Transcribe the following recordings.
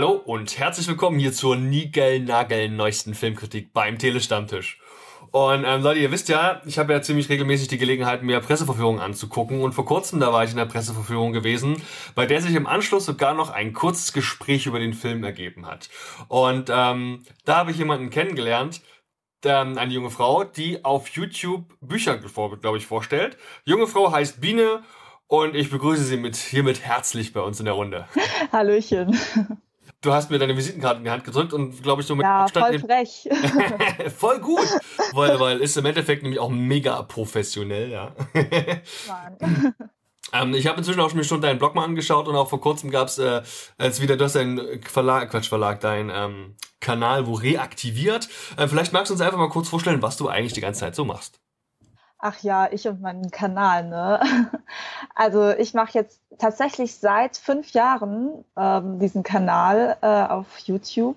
Hallo und herzlich willkommen hier zur neuesten Filmkritik beim Telestammtisch. Und Leute, ihr wisst ja, ich habe ja ziemlich regelmäßig die Gelegenheit, mir Presseverführungen anzugucken. Und vor kurzem, da war ich in der Presseverführung gewesen, bei der sich im Anschluss sogar noch ein kurzes Gespräch über den Film ergeben hat. Und da habe ich jemanden kennengelernt, eine junge Frau, die auf YouTube Bücher, glaube ich, vorstellt. Die junge Frau heißt Biene und ich begrüße sie hiermit herzlich bei uns in der Runde. Hallöchen. Du hast mir deine Visitenkarte in die Hand gedrückt und, glaube ich, so mit Ja, Abstand... voll frech. Voll gut, weil ist im Endeffekt nämlich auch mega professionell, ja. Mann. Ich habe inzwischen auch schon deinen Blog mal angeschaut und auch vor kurzem gab's du hast deinen deinen Kanal wo reaktiviert. Vielleicht magst du uns einfach mal kurz vorstellen, was du eigentlich die ganze Zeit so machst. Ach ja, ich und meinen Kanal, ne? Also ich mache jetzt tatsächlich seit 5 Jahren diesen Kanal auf YouTube.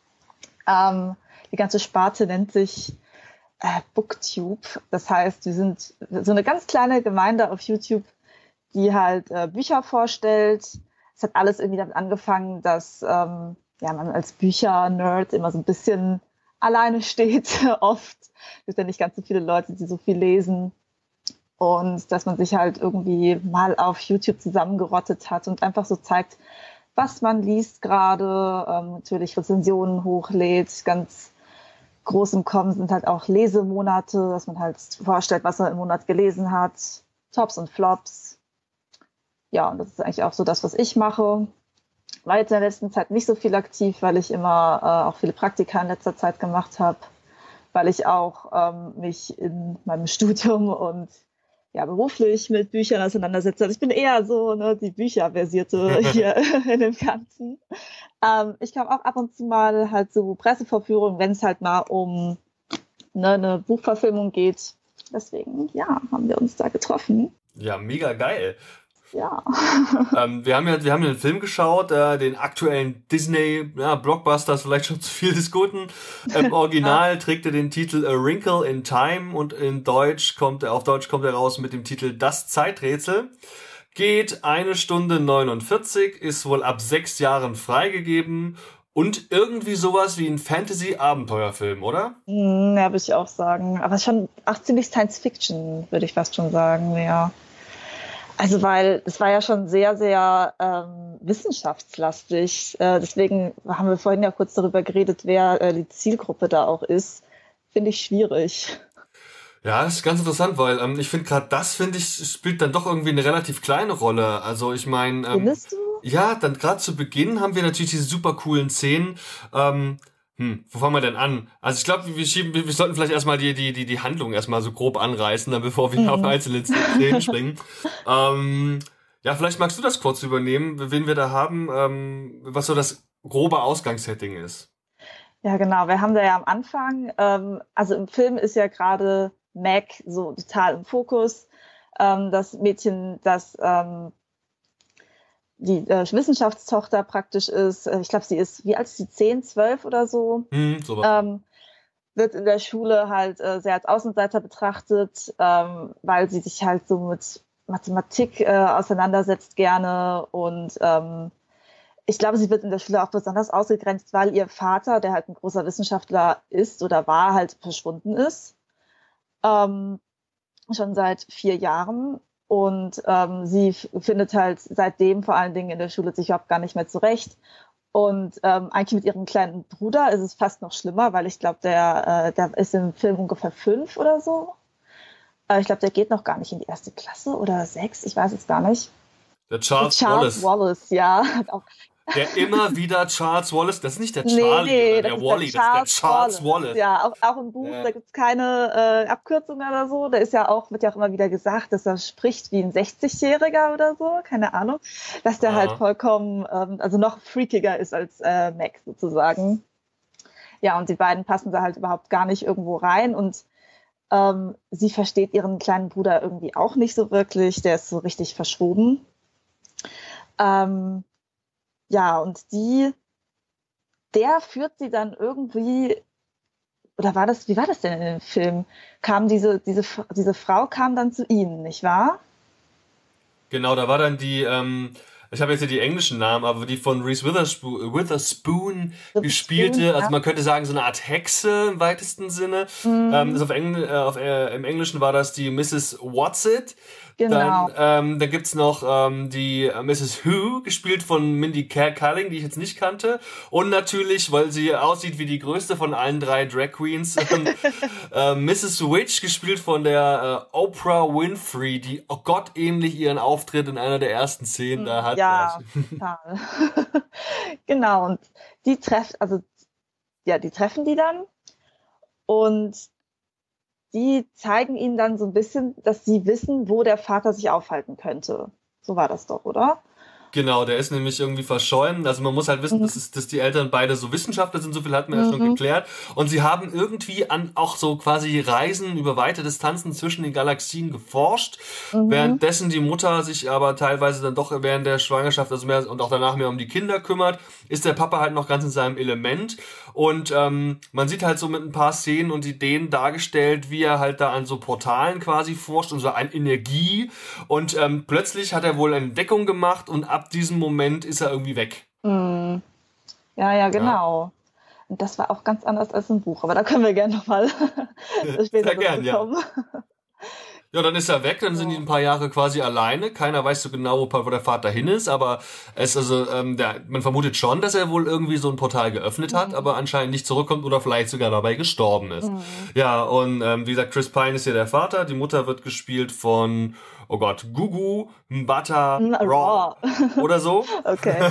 Die ganze Sparte nennt sich Booktube. Das heißt, wir sind so eine ganz kleine Gemeinde auf YouTube, die halt Bücher vorstellt. Es hat alles irgendwie damit angefangen, dass man als Bücher-Nerd immer so ein bisschen alleine steht, oft. Es gibt ja nicht ganz so viele Leute, die so viel lesen. Und dass man sich halt irgendwie mal auf YouTube zusammengerottet hat und einfach so zeigt, was man liest gerade, natürlich Rezensionen hochlädt. Ganz groß im Kommen sind halt auch Lesemonate, dass man halt vorstellt, was man im Monat gelesen hat. Tops und Flops. Ja, und das ist eigentlich auch so das, was ich mache. War jetzt in der letzten Zeit nicht so viel aktiv, weil ich immer auch viele Praktika in letzter Zeit gemacht habe, weil ich auch mich in meinem Studium und beruflich mit Büchern auseinandersetze. Also ich bin eher so die Bücherversierte hier in dem Ganzen. Ich komme auch ab und zu mal halt so Pressevorführungen, wenn es halt mal um eine Buchverfilmung geht. Deswegen, haben wir uns da getroffen. Ja, mega geil. Ja. Wir haben den Film geschaut, den aktuellen Disney, Blockbusters, vielleicht schon zu viel des Guten. Im Original trägt er den Titel A Wrinkle in Time und auf Deutsch kommt er raus mit dem Titel Das Zeiträtsel. Geht 1 Stunde 49, ist wohl ab 6 Jahren freigegeben und irgendwie sowas wie ein Fantasy-Abenteuerfilm, oder? Ja, würde ich auch sagen. Aber schon auch ziemlich Science-Fiction, würde ich fast schon sagen, ja. Also weil es war ja schon sehr, sehr wissenschaftslastig. Deswegen haben wir vorhin ja kurz darüber geredet, wer die Zielgruppe da auch ist. Finde ich schwierig. Ja, das ist ganz interessant, weil ich finde spielt dann doch irgendwie eine relativ kleine Rolle. Also ich meine, Findest du? ja, dann gerade zu Beginn haben wir natürlich diese super coolen Szenen. Wo fangen wir denn an? Also ich glaube, wir sollten vielleicht erstmal die Handlung erstmal so grob anreißen, dann bevor wir auf einzelne Szenen springen. Vielleicht magst du das kurz übernehmen, wen wir da haben, was so das grobe Ausgangssetting ist. Ja, genau. Wir haben da ja am Anfang, also im Film ist ja gerade Meg so total im Fokus. Das Mädchen, das die Wissenschaftstochter praktisch ist. Ich glaube, sie ist, wie alt ist sie? 10, 12 oder so. Sowas. Wird in der Schule halt sehr als Außenseiter betrachtet, weil sie sich halt so mit Mathematik auseinandersetzt gerne. Und ich glaube, sie wird in der Schule auch besonders ausgegrenzt, weil ihr Vater, der halt ein großer Wissenschaftler ist oder war, halt verschwunden ist. Schon seit 4 Jahren. Und sie findet halt seitdem vor allen Dingen in der Schule sich überhaupt gar nicht mehr zurecht. Und eigentlich mit ihrem kleinen Bruder ist es fast noch schlimmer, weil ich glaube, der ist im Film ungefähr 5 oder so. Ich glaube, der geht noch gar nicht in die 1. Klasse oder 6, ich weiß es gar nicht. Der Charles Wallace, ja. Der immer wieder Charles Wallace, das ist nicht der Charlie nee, oder der Wally, das ist der Charles Wallace. Ja, auch im Buch, da gibt's keine Abkürzung oder so. Da wird ja auch immer wieder gesagt, dass er spricht wie ein 60-Jähriger oder so, keine Ahnung. Dass der halt vollkommen, also noch freakiger ist als Meg sozusagen. Ja, und die beiden passen da halt überhaupt gar nicht irgendwo rein und sie versteht ihren kleinen Bruder irgendwie auch nicht so wirklich, der ist so richtig verschoben. Ja, und der führt sie dann irgendwie, oder wie war das denn in dem Film? Diese Frau kam dann zu ihnen, nicht wahr? Genau, da war dann Ich habe jetzt hier die englischen Namen, aber die von Reese Witherspoon gespielte, ja. also man könnte sagen, so eine Art Hexe im weitesten Sinne. Also im Englischen war das die Mrs. Whatsit. Genau. Dann gibt's noch die Mrs. Who, gespielt von Mindy Kaling, die ich jetzt nicht kannte. Und natürlich, weil sie aussieht wie die größte von allen 3 Drag Queens, Mrs. Witch, gespielt von der Oprah Winfrey, die gottähnlich ihren Auftritt in einer der ersten Szenen da hat. Ja, total. Genau, und die treffen die dann und die zeigen ihnen dann so ein bisschen, dass sie wissen, wo der Vater sich aufhalten könnte. So war das doch, oder? Genau, der ist nämlich irgendwie verschollen. Also man muss halt wissen, dass die Eltern beide so Wissenschaftler sind, so viel hatten wir ja schon geklärt. Und sie haben irgendwie an auch so quasi Reisen über weite Distanzen zwischen den Galaxien geforscht, währenddessen die Mutter sich aber teilweise dann doch während der Schwangerschaft, also mehr und auch danach mehr um die Kinder kümmert, ist der Papa halt noch ganz in seinem Element. Und man sieht halt so mit ein paar Szenen und Ideen dargestellt, wie er halt da an so Portalen quasi forscht und so an Energie. Und plötzlich hat er wohl eine Entdeckung gemacht und ab diesem Moment ist er irgendwie weg. Ja, genau. Und das war auch ganz anders als im Buch, aber da können wir gerne nochmal später dazu kommen. Ja, dann ist er weg, dann sind die ein paar Jahre quasi alleine. Keiner weiß so genau, wo der Vater hin ist, aber man vermutet schon, dass er wohl irgendwie so ein Portal geöffnet hat, aber anscheinend nicht zurückkommt oder vielleicht sogar dabei gestorben ist. Ja, und wie gesagt, Chris Pine ist hier der Vater, die Mutter wird gespielt von, oh Gott, Gugu Mbatha Raw oder so. Okay.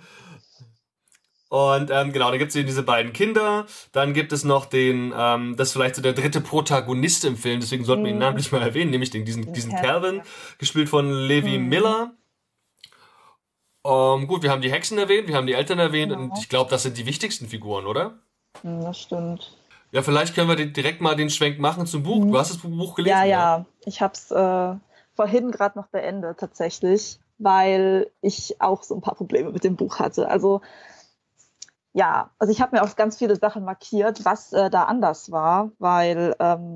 Und genau, dann gibt's eben diese beiden Kinder. Dann gibt es noch den, das ist vielleicht so der dritte Protagonist im Film, deswegen sollten wir ihn namentlich mal erwähnen, nämlich diesen Calvin, gespielt von Levi Miller. Gut, wir haben die Hexen erwähnt, wir haben die Eltern erwähnt und ich glaube, das sind die wichtigsten Figuren, oder? Das stimmt. Ja, vielleicht können wir direkt mal den Schwenk machen zum Buch. Du hast das Buch gelesen? Ja. Ich habe es vorhin gerade noch beendet, tatsächlich, weil ich auch so ein paar Probleme mit dem Buch hatte. Also ich habe mir auch ganz viele Sachen markiert, was da anders war, weil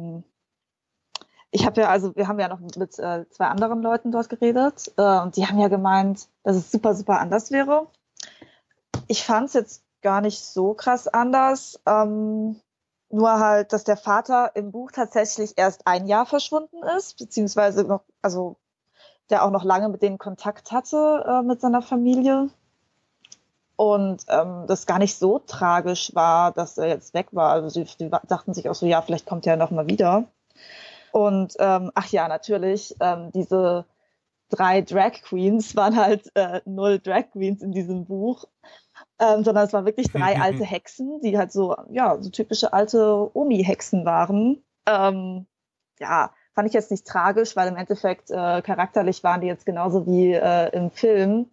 wir haben ja noch mit 2 anderen Leuten dort geredet und die haben ja gemeint, dass es super, super anders wäre. Ich fand es jetzt gar nicht so krass anders, nur halt, dass der Vater im Buch tatsächlich erst 1 Jahr verschwunden ist, beziehungsweise noch, also der auch noch lange mit denen Kontakt hatte mit seiner Familie. Und das gar nicht so tragisch war, dass er jetzt weg war. Also sie dachten sich auch so, ja, vielleicht kommt er ja noch mal wieder. Und natürlich, diese 3 Drag Queens waren halt 0 Drag Queens in diesem Buch, sondern es waren wirklich 3 alte Hexen, die halt so typische alte Omi-Hexen waren. Fand ich jetzt nicht tragisch, weil im Endeffekt charakterlich waren die jetzt genauso wie im Film.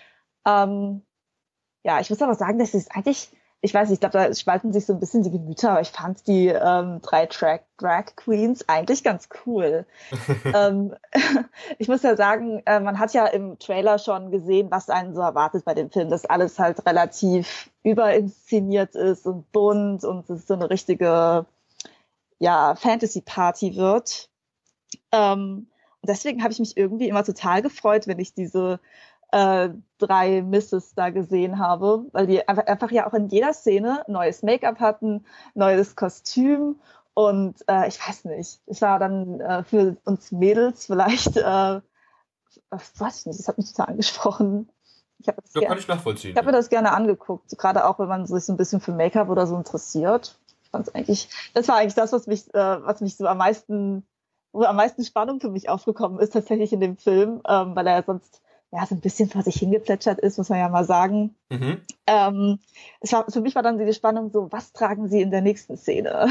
Ich muss aber sagen, dass es eigentlich, ich weiß nicht, ich glaube, da spalten sich so ein bisschen die Gemüter, aber ich fand die 3 Drag Queens eigentlich ganz cool. Ich muss ja sagen, man hat ja im Trailer schon gesehen, was einen so erwartet bei dem Film, dass alles halt relativ überinszeniert ist und bunt und es so eine richtige Fantasy-Party wird. Und deswegen habe ich mich irgendwie immer total gefreut, wenn ich diese 3 Misses da gesehen habe, weil die einfach ja auch in jeder Szene neues Make-up hatten, neues Kostüm und ich weiß nicht, es war dann für uns Mädels vielleicht, weiß ich nicht, das hat mich total angesprochen. Kann ich nachvollziehen. Ich habe mir das gerne angeguckt, gerade auch, wenn man sich so ein bisschen für Make-up oder so interessiert. Das war eigentlich das, was mich so wo am meisten Spannung für mich aufgekommen ist, tatsächlich in dem Film, weil er sonst so ein bisschen vor sich hingeplätschert ist, muss man ja mal sagen. Für mich war dann die Spannung so, was tragen sie in der nächsten Szene?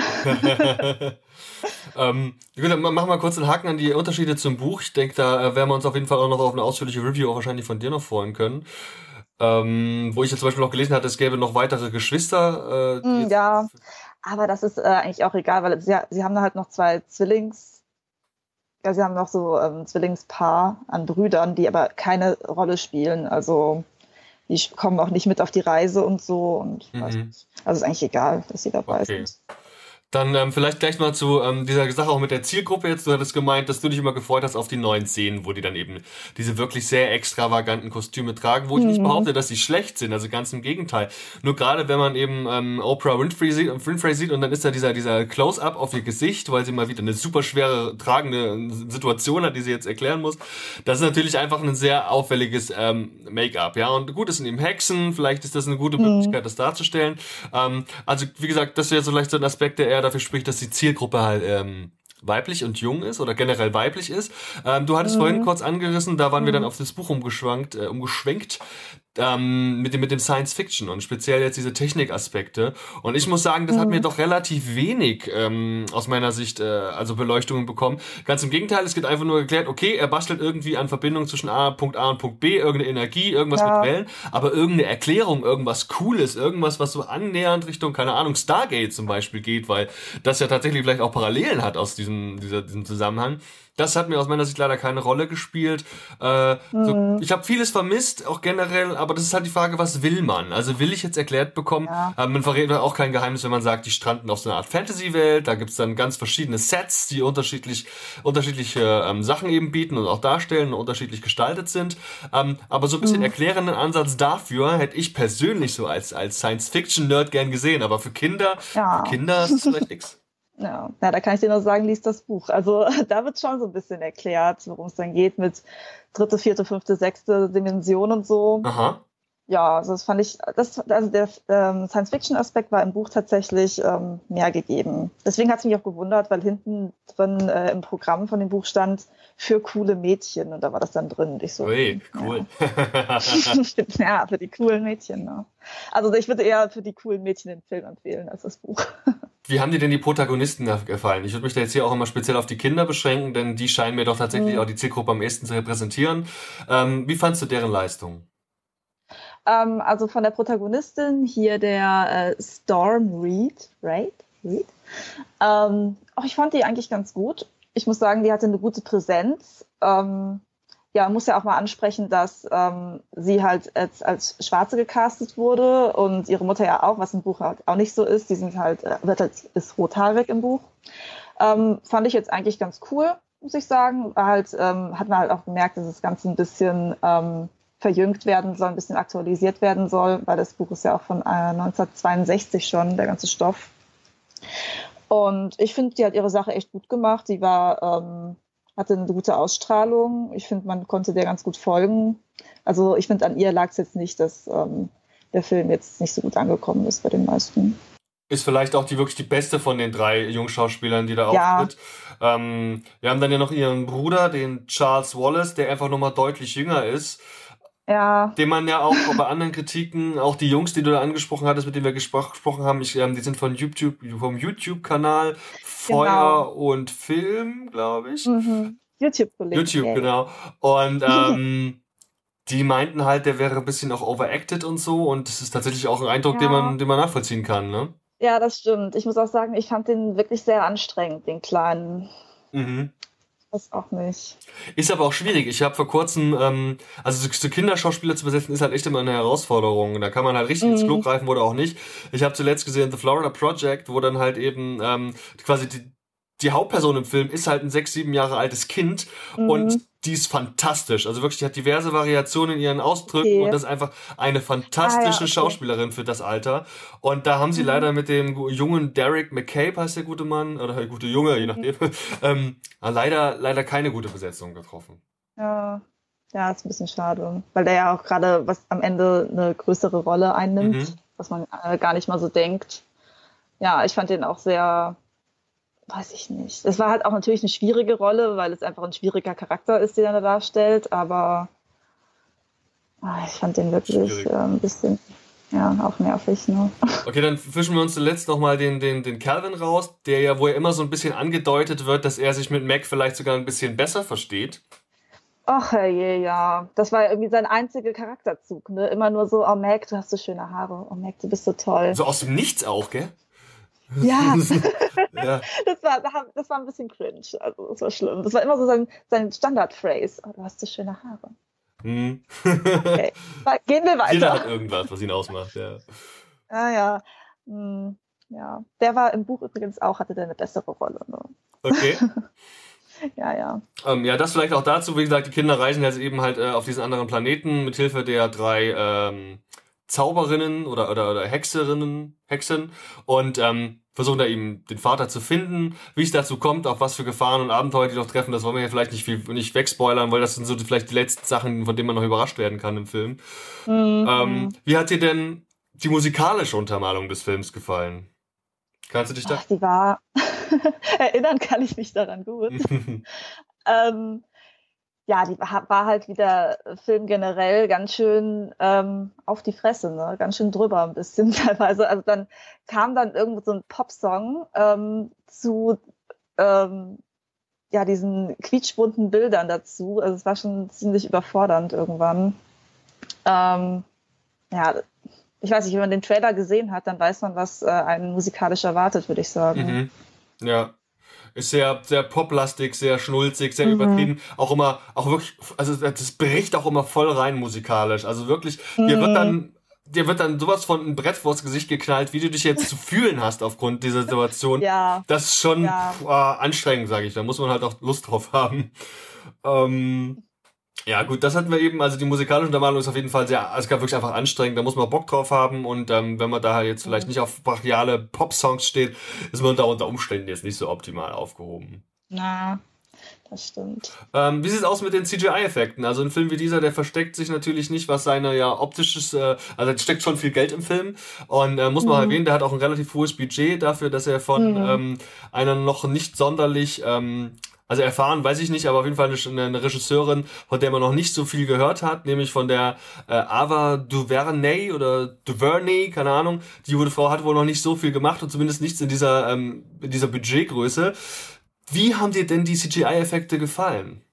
Gut, dann machen wir kurz einen Haken an die Unterschiede zum Buch. Ich denke, da werden wir uns auf jeden Fall auch noch auf eine ausführliche Review auch wahrscheinlich von dir noch freuen können. Wo ich jetzt zum Beispiel noch gelesen hatte, es gäbe noch weitere Geschwister. Aber das ist eigentlich auch egal, weil sie haben da halt noch 2 sie haben noch so ein Zwillingspaar an Brüdern, die aber keine Rolle spielen. Also die kommen auch nicht mit auf die Reise und so. Und also ist eigentlich egal, dass sie dabei sind. Dann vielleicht gleich mal zu dieser Sache auch mit der Zielgruppe jetzt. Du hattest gemeint, dass du dich immer gefreut hast auf die neuen Szenen, wo die dann eben diese wirklich sehr extravaganten Kostüme tragen, wo ich nicht behaupte, dass sie schlecht sind, also ganz im Gegenteil. Nur gerade wenn man eben Oprah Winfrey sieht und dann ist da dieser Close-up auf ihr Gesicht, weil sie mal wieder eine super schwere tragende Situation hat, die sie jetzt erklären muss. Das ist natürlich einfach ein sehr auffälliges Make-up, ja. Und gut, es sind eben Hexen, vielleicht ist das eine gute Möglichkeit, das darzustellen. Also wie gesagt, das wäre so vielleicht so ein Aspekt, der eher dafür spricht, dass die Zielgruppe halt weiblich und jung ist oder generell weiblich ist. Du hattest vorhin kurz angerissen, da waren wir dann auf das Buch umgeschwenkt, mit dem Science Fiction und speziell jetzt diese Technikaspekte. Und ich muss sagen, das hat mir doch relativ wenig aus meiner Sicht also Beleuchtungen bekommen. Ganz im Gegenteil, es wird einfach nur geklärt, okay, er bastelt irgendwie an Verbindung zwischen Punkt A und Punkt B, irgendeine Energie, irgendwas mit Wellen, aber irgendeine Erklärung, irgendwas Cooles, irgendwas, was so annähernd Richtung, keine Ahnung, Stargate zum Beispiel geht, weil das ja tatsächlich vielleicht auch Parallelen hat aus diesem Zusammenhang. Das hat mir aus meiner Sicht leider keine Rolle gespielt. Ich habe vieles vermisst, auch generell, aber das ist halt die Frage, was will man? Also will ich jetzt erklärt bekommen, man verrät auch kein Geheimnis, wenn man sagt, die stranden auf so einer Art Fantasy-Welt, da gibt's dann ganz verschiedene Sets, die unterschiedliche Sachen eben bieten und auch darstellen und unterschiedlich gestaltet sind. Aber so ein bisschen erklärenden Ansatz dafür hätte ich persönlich so als Science-Fiction-Nerd gern gesehen, aber für Kinder ist es vielleicht nix. Ja, da kann ich dir nur sagen, lies das Buch. Also da wird schon so ein bisschen erklärt, worum es dann geht mit dritte, vierte, fünfte, sechste Dimension und so. Aha. Ja, also das fand ich, also der Science-Fiction-Aspekt war im Buch tatsächlich mehr gegeben. Deswegen hat es mich auch gewundert, weil hinten drin im Programm von dem Buch stand, für coole Mädchen und da war das dann drin. Und ich so, Ui, cool. Ja, für die coolen Mädchen. Ne? Also ich würde eher für die coolen Mädchen den Film empfehlen als das Buch. Wie haben dir denn die Protagonisten gefallen? Ich würde mich da jetzt hier auch immer speziell auf die Kinder beschränken, denn die scheinen mir doch tatsächlich auch die Zielgruppe am ehesten zu repräsentieren. Wie fandst du deren Leistung? Also von der Protagonistin hier der Storm Reed. Ich fand die eigentlich ganz gut. Ich muss sagen, die hatte eine gute Präsenz. Muss ja auch mal ansprechen, dass sie halt als Schwarze gecastet wurde und ihre Mutter ja auch, was im Buch halt auch nicht so ist. Die sind halt, ist rothaarig im Buch. Fand ich jetzt eigentlich ganz cool, muss ich sagen. Hat man halt auch gemerkt, dass das Ganze ein bisschen verjüngt werden soll, ein bisschen aktualisiert werden soll, weil das Buch ist ja auch von 1962 schon, der ganze Stoff. Und ich finde, die hat ihre Sache echt gut gemacht. Die hatte eine gute Ausstrahlung. Ich finde, man konnte der ganz gut folgen. Also ich finde, an ihr lag es jetzt nicht, dass der Film jetzt nicht so gut angekommen ist bei den meisten. Ist vielleicht auch wirklich die beste von den 3 Jungschauspielern, die da auftritt. Wir haben dann ja noch ihren Bruder, den Charles Wallace, der einfach nochmal deutlich jünger ist. Ja. Den man ja auch bei anderen Kritiken, auch die Jungs, die du da angesprochen hattest, mit denen wir gesprochen haben, die sind vom YouTube-Kanal Feuer und Film, glaube ich. YouTube-Kollegen. YouTube, genau. Und die meinten halt, der wäre ein bisschen auch overacted und so und das ist tatsächlich auch ein Eindruck, den man nachvollziehen kann, ne? Ja, das stimmt. Ich muss auch sagen, ich fand den wirklich sehr anstrengend, den Kleinen. Das auch nicht. Ist aber auch schwierig. Ich habe vor kurzem, also so Kinderschauspieler zu besetzen, ist halt echt immer eine Herausforderung. Da kann man halt richtig ins Klo greifen oder auch nicht. Ich habe zuletzt gesehen The Florida Project, wo dann halt eben quasi die Hauptperson im Film ist halt ein 6, 7 Jahre altes Kind und die ist fantastisch. Also wirklich, die hat diverse Variationen in ihren Ausdrücken und das ist einfach eine fantastische Schauspielerin für das Alter. Und da haben sie leider mit dem jungen Derek McCabe, heißt der gute Mann, oder der gute Junge, je nachdem, leider keine gute Besetzung getroffen. Ja, ist ein bisschen schade, weil der ja auch gerade was am Ende eine größere Rolle einnimmt, was man gar nicht mal so denkt. Ja, ich fand den auch sehr... Weiß ich nicht. Es war halt auch natürlich eine schwierige Rolle, weil es einfach ein schwieriger Charakter ist, den er da darstellt, aber ich fand den wirklich ein bisschen, auch nervig. Ne? Okay, dann fischen wir uns zuletzt nochmal den Calvin raus, wo ja immer so ein bisschen angedeutet wird, dass er sich mit Mac vielleicht sogar ein bisschen besser versteht. Ach herrje, ja. Das war ja irgendwie sein einziger Charakterzug, ne? Immer nur so, oh Mac, du hast so schöne Haare, oh Mac, du bist so toll. So aus dem Nichts auch, gell? Ja. Das war ein bisschen cringe, also das war schlimm. Das war immer so sein Standard-Phrase. Oh, du hast so schöne Haare. Okay. Gehen wir weiter. Jeder hat irgendwas, was ihn ausmacht, ja. Ja. Ja. Der war im Buch übrigens auch, hatte der eine bessere Rolle. Ne? Okay. Ja, ja. Ja, das vielleicht auch dazu, wie gesagt, die Kinder reisen jetzt eben halt auf diesen anderen Planeten mit Hilfe der 3 Zauberinnen oder Hexen und versuchen da eben den Vater zu finden. Wie es dazu kommt, auf was für Gefahren und Abenteuer die noch treffen, das wollen wir hier vielleicht nicht wegspoilern, weil das sind so vielleicht die letzten Sachen, von denen man noch überrascht werden kann im Film. Wie hat dir denn die musikalische Untermalung des Films gefallen? Kannst du dich da... Ach, die war... Erinnern kann ich mich daran gut. Ja, die war halt wie der Film generell ganz schön auf die Fresse, ne? Ganz schön drüber ein bisschen teilweise. Also dann kam dann irgendwo so ein Popsong zu ja, diesen quietschbunten Bildern dazu. Also es war schon ziemlich überfordernd irgendwann. Ja, ich weiß nicht, wenn man den Trailer gesehen hat, dann weiß man, was einen musikalisch erwartet, würde ich sagen. Ja. Ist sehr, sehr poplastig, sehr schnulzig, sehr übertrieben. Auch wirklich, also das bricht auch immer voll rein musikalisch. Also wirklich, dir wird dann sowas von ein Brett vors Gesicht geknallt, wie du dich jetzt zu fühlen hast aufgrund dieser Situation. Ja. Das ist schon anstrengend, sage ich. Da muss man halt auch Lust drauf haben. Ja, gut, das hatten wir eben, also die musikalische Untermalung ist auf jeden Fall es gab wirklich einfach anstrengend, da muss man Bock drauf haben und wenn man da halt jetzt vielleicht nicht auf brachiale Pop-Songs steht, ist man da unter Umständen jetzt nicht so optimal aufgehoben. Na, das stimmt. Wie sieht's aus mit den CGI-Effekten? Also ein Film wie dieser, der versteckt sich natürlich nicht, was seine optisches, also es steckt schon viel Geld im Film und muss man erwähnen, der hat auch ein relativ hohes Budget dafür, dass er von einer noch nicht sonderlich also erfahren, weiß ich nicht, aber auf jeden Fall eine Regisseurin, von der man noch nicht so viel gehört hat, nämlich von der Ava DuVernay, keine Ahnung. Die Frau hat wohl noch nicht so viel gemacht und zumindest nichts in dieser Budgetgröße. Wie haben dir denn die CGI-Effekte gefallen?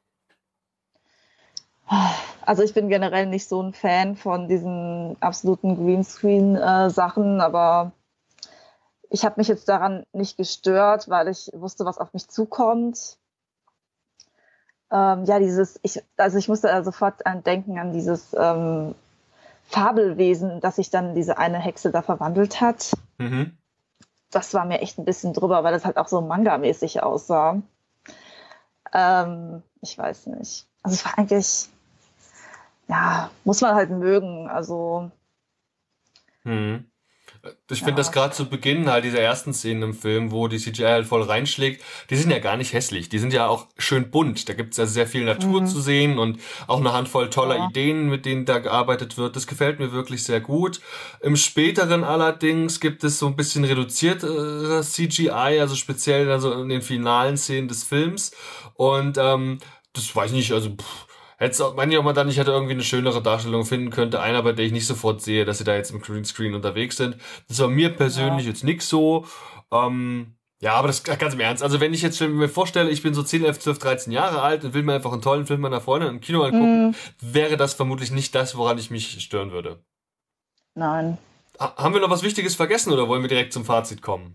Also ich bin generell nicht so ein Fan von diesen absoluten Greenscreen-Sachen, aber ich habe mich jetzt daran nicht gestört, weil ich wusste, was auf mich zukommt. Ja, ich musste da sofort denken an dieses Fabelwesen, das sich dann diese eine Hexe da verwandelt hat. Das war mir echt ein bisschen drüber, weil das halt auch so Manga-mäßig aussah. Ich weiß nicht. Also es war eigentlich, ja, muss man halt mögen. Also Ich finde das gerade zu Beginn halt diese ersten Szenen im Film, wo die CGI halt voll reinschlägt, die sind ja gar nicht hässlich. Die sind ja auch schön bunt. Da gibt's ja sehr viel Natur zu sehen und auch eine Handvoll toller Ideen, mit denen da gearbeitet wird. Das gefällt mir wirklich sehr gut. Im späteren allerdings gibt es so ein bisschen reduzierte CGI, also speziell also in den finalen Szenen des Films. Und das weiß ich nicht, also meine ich, ob man da nicht hätte irgendwie eine schönere Darstellung finden könnte. Einer, bei der ich nicht sofort sehe, dass sie da jetzt im Greenscreen unterwegs sind. Das war mir persönlich jetzt nix so. Ja, aber das ganz im Ernst. Also wenn ich jetzt mir vorstelle, ich bin so 10, 11, 12, 13 Jahre alt und will mir einfach einen tollen Film meiner Freundin im Kino angucken, wäre das vermutlich nicht das, woran ich mich stören würde. Nein. Haben wir noch was Wichtiges vergessen oder wollen wir direkt zum Fazit kommen?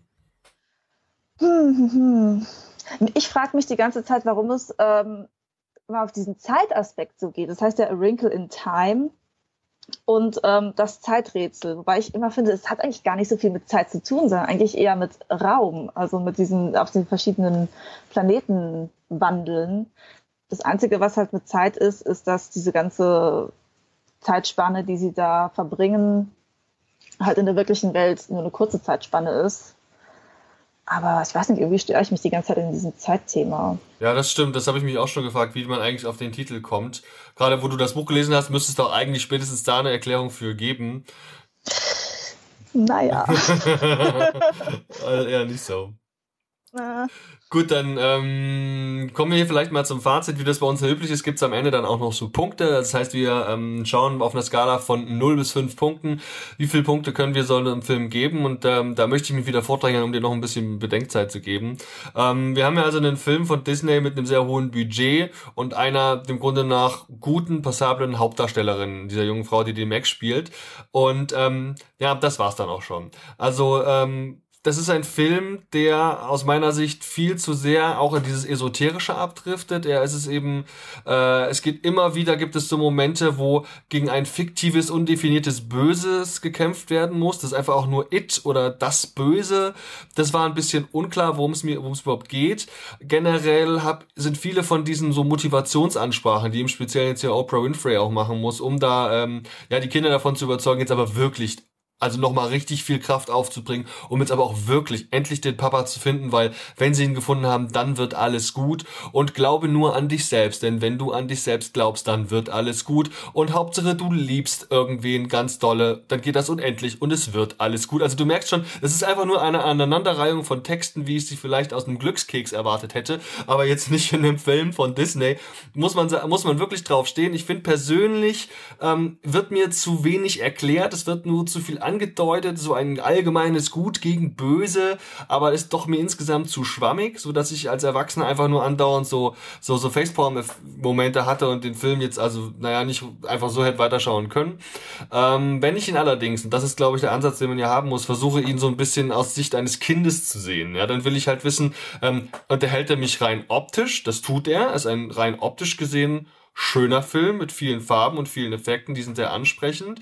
Ich frage mich die ganze Zeit, warum es mal auf diesen Zeitaspekt so geht. Das heißt ja A Wrinkle in Time und das Zeiträtsel. Wobei ich immer finde, es hat eigentlich gar nicht so viel mit Zeit zu tun, sondern eigentlich eher mit Raum, also mit diesen auf den verschiedenen Planeten wandeln. Das Einzige, was halt mit Zeit ist, dass diese ganze Zeitspanne, die sie da verbringen, halt in der wirklichen Welt nur eine kurze Zeitspanne ist. Aber ich weiß nicht, irgendwie störe ich mich die ganze Zeit in diesem Zeitthema. Ja, das stimmt. Das habe ich mich auch schon gefragt, wie man eigentlich auf den Titel kommt. Gerade wo du das Buch gelesen hast, müsste es doch eigentlich spätestens da eine Erklärung für geben. Naja. Also eher nicht so. Gut, dann kommen wir hier vielleicht mal zum Fazit. Wie das bei uns üblich ist, gibt's am Ende dann auch noch so Punkte. Das heißt, wir schauen auf einer Skala von 0 bis 5 Punkten, wie viele Punkte können wir so einem Film geben. Und da möchte ich mich wieder vordrängen, um dir noch ein bisschen Bedenkzeit zu geben. Wir haben ja also einen Film von Disney mit einem sehr hohen Budget und einer dem Grunde nach guten, passablen Hauptdarstellerin, dieser jungen Frau, die den Max spielt. Und ja, das war's dann auch schon. Also das ist ein Film, der aus meiner Sicht viel zu sehr auch in dieses Esoterische abdriftet. Es geht immer wieder, gibt es so Momente, wo gegen ein fiktives, undefiniertes Böses gekämpft werden muss. Das ist einfach auch nur It oder das Böse. Das war ein bisschen unklar, worum es überhaupt geht. Generell sind viele von diesen so Motivationsansprachen, die im Speziellen jetzt ja Oprah Winfrey auch machen muss, um da die Kinder davon zu überzeugen, jetzt aber wirklich nochmal richtig viel Kraft aufzubringen, um jetzt aber auch wirklich endlich den Papa zu finden, weil wenn sie ihn gefunden haben, dann wird alles gut und glaube nur an dich selbst, denn wenn du an dich selbst glaubst, dann wird alles gut und Hauptsache du liebst irgendwen ganz dolle, dann geht das unendlich und es wird alles gut. Also du merkst schon, es ist einfach nur eine Aneinanderreihung von Texten, wie ich sie vielleicht aus einem Glückskeks erwartet hätte, aber jetzt nicht in einem Film von Disney. Muss man wirklich drauf stehen. Ich finde persönlich, wird mir zu wenig erklärt, es wird nur zu viel angedeutet, so ein allgemeines Gut gegen Böse, aber ist doch mir insgesamt zu schwammig, so dass ich als Erwachsener einfach nur andauernd so Facepalm-Momente hatte und den Film jetzt nicht einfach so hätte weiterschauen können. Wenn ich ihn allerdings, und das ist glaube ich der Ansatz, den man ja haben muss, versuche ihn so ein bisschen aus Sicht eines Kindes zu sehen, ja, dann will ich halt wissen, unterhält er mich rein optisch, das tut er, ist ein rein optisch gesehen schöner Film mit vielen Farben und vielen Effekten, die sind sehr ansprechend.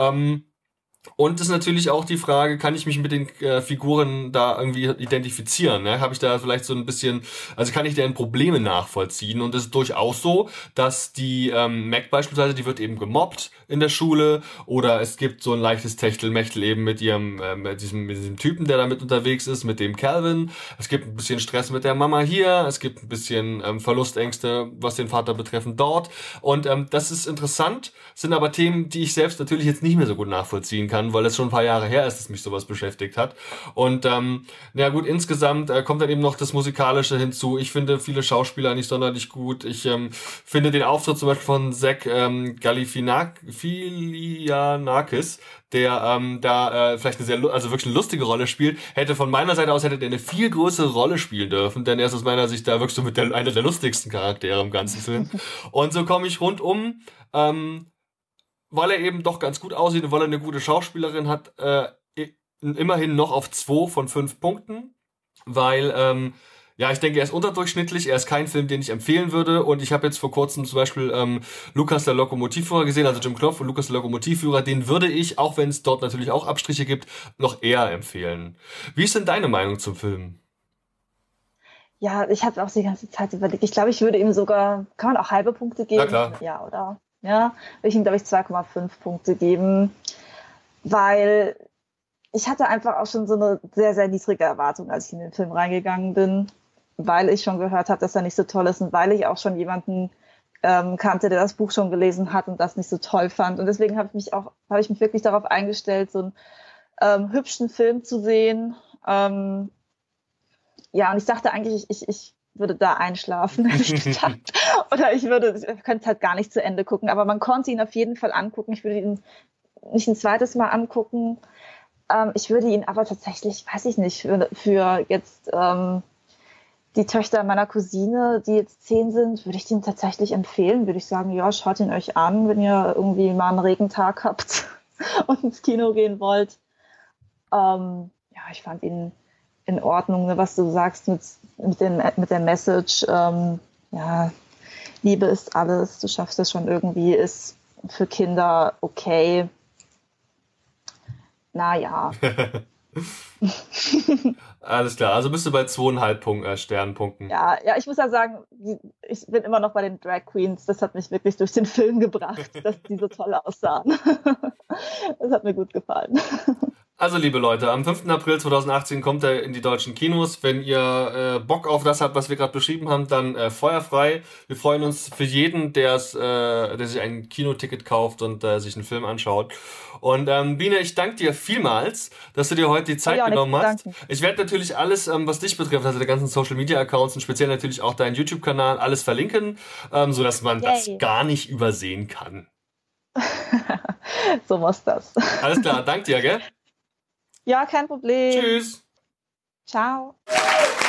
Und ist natürlich auch die Frage, kann ich mich mit den Figuren da irgendwie identifizieren? Ne? Habe ich da vielleicht so ein bisschen, also kann ich deren Probleme nachvollziehen? Und es ist durchaus so, dass die Mac beispielsweise, die wird eben gemobbt in der Schule oder es gibt so ein leichtes Techtelmechtel eben mit mit diesem Typen, der da mit unterwegs ist, mit dem Calvin. Es gibt ein bisschen Stress mit der Mama hier, es gibt ein bisschen Verlustängste, was den Vater betreffend dort. Und das ist interessant, sind aber Themen, die ich selbst natürlich jetzt nicht mehr so gut nachvollziehen kann, weil es schon ein paar Jahre her ist, dass mich sowas beschäftigt hat. Und insgesamt kommt dann eben noch das Musikalische hinzu. Ich finde viele Schauspieler nicht sonderlich gut. Ich finde den Auftritt zum Beispiel von Zach Galifianakis, der vielleicht wirklich eine lustige Rolle spielt, hätte von meiner Seite aus eine viel größere Rolle spielen dürfen, denn er ist aus meiner Sicht da wirklich so mit einer der lustigsten Charaktere im ganzen Film. Und so komme ich rundum, weil er eben doch ganz gut aussieht und weil er eine gute Schauspielerin hat, immerhin noch auf 2 von 5 Punkten, weil ich denke, er ist unterdurchschnittlich, er ist kein Film, den ich empfehlen würde und ich habe jetzt vor kurzem zum Beispiel Lukas der Lokomotivführer gesehen, also Jim Knopf und Lukas der Lokomotivführer, den würde ich, auch wenn es dort natürlich auch Abstriche gibt, noch eher empfehlen. Wie ist denn deine Meinung zum Film? Ja, ich habe auch die ganze Zeit überlegt, ich glaube, ich würde ihm sogar, kann man auch halbe Punkte geben? Na klar. Ja, oder? Ja, würde ich ihm, glaube ich, 2,5 Punkte geben, weil ich hatte einfach auch schon so eine sehr, sehr niedrige Erwartung, als ich in den Film reingegangen bin, weil ich schon gehört habe, dass er nicht so toll ist und weil ich auch schon jemanden kannte, der das Buch schon gelesen hat und das nicht so toll fand. Und deswegen habe ich mich wirklich darauf eingestellt, so einen hübschen Film zu sehen. Und ich dachte eigentlich, ich würde da einschlafen, hätte ich gedacht. Oder ich könnte es halt gar nicht zu Ende gucken. Aber man konnte ihn auf jeden Fall angucken. Ich würde ihn nicht ein zweites Mal angucken. Ich würde ihn aber tatsächlich, weiß ich nicht, für jetzt die Töchter meiner Cousine, die jetzt 10 sind, würde ich den tatsächlich empfehlen. Würde ich sagen, ja, schaut ihn euch an, wenn ihr irgendwie mal einen Regentag habt und ins Kino gehen wollt. Ich fand ihn in Ordnung, ne, was du sagst mit der Message. Liebe ist alles, du schaffst es schon irgendwie, ist für Kinder okay. Naja. Alles klar, also bist du bei 2,5 Sternpunkten. Ja, ich muss ja sagen, ich bin immer noch bei den Drag Queens. Das hat mich wirklich durch den Film gebracht, dass die so toll aussahen. Das hat mir gut gefallen. Also liebe Leute, am 5. April 2018 kommt er in die deutschen Kinos. Wenn ihr Bock auf das habt, was wir gerade beschrieben haben, dann feuerfrei. Wir freuen uns für jeden, der sich ein Kinoticket kauft und sich einen Film anschaut. Und Biene, ich danke dir vielmals, dass du dir heute die Zeit genommen hast. Ich werde natürlich alles, was dich betrifft, also die ganzen Social Media Accounts und speziell natürlich auch deinen YouTube-Kanal, alles verlinken, sodass man das gar nicht übersehen kann. So muss das. Alles klar, danke dir, gell? Ja, kein Problem. Tschüss. Ciao.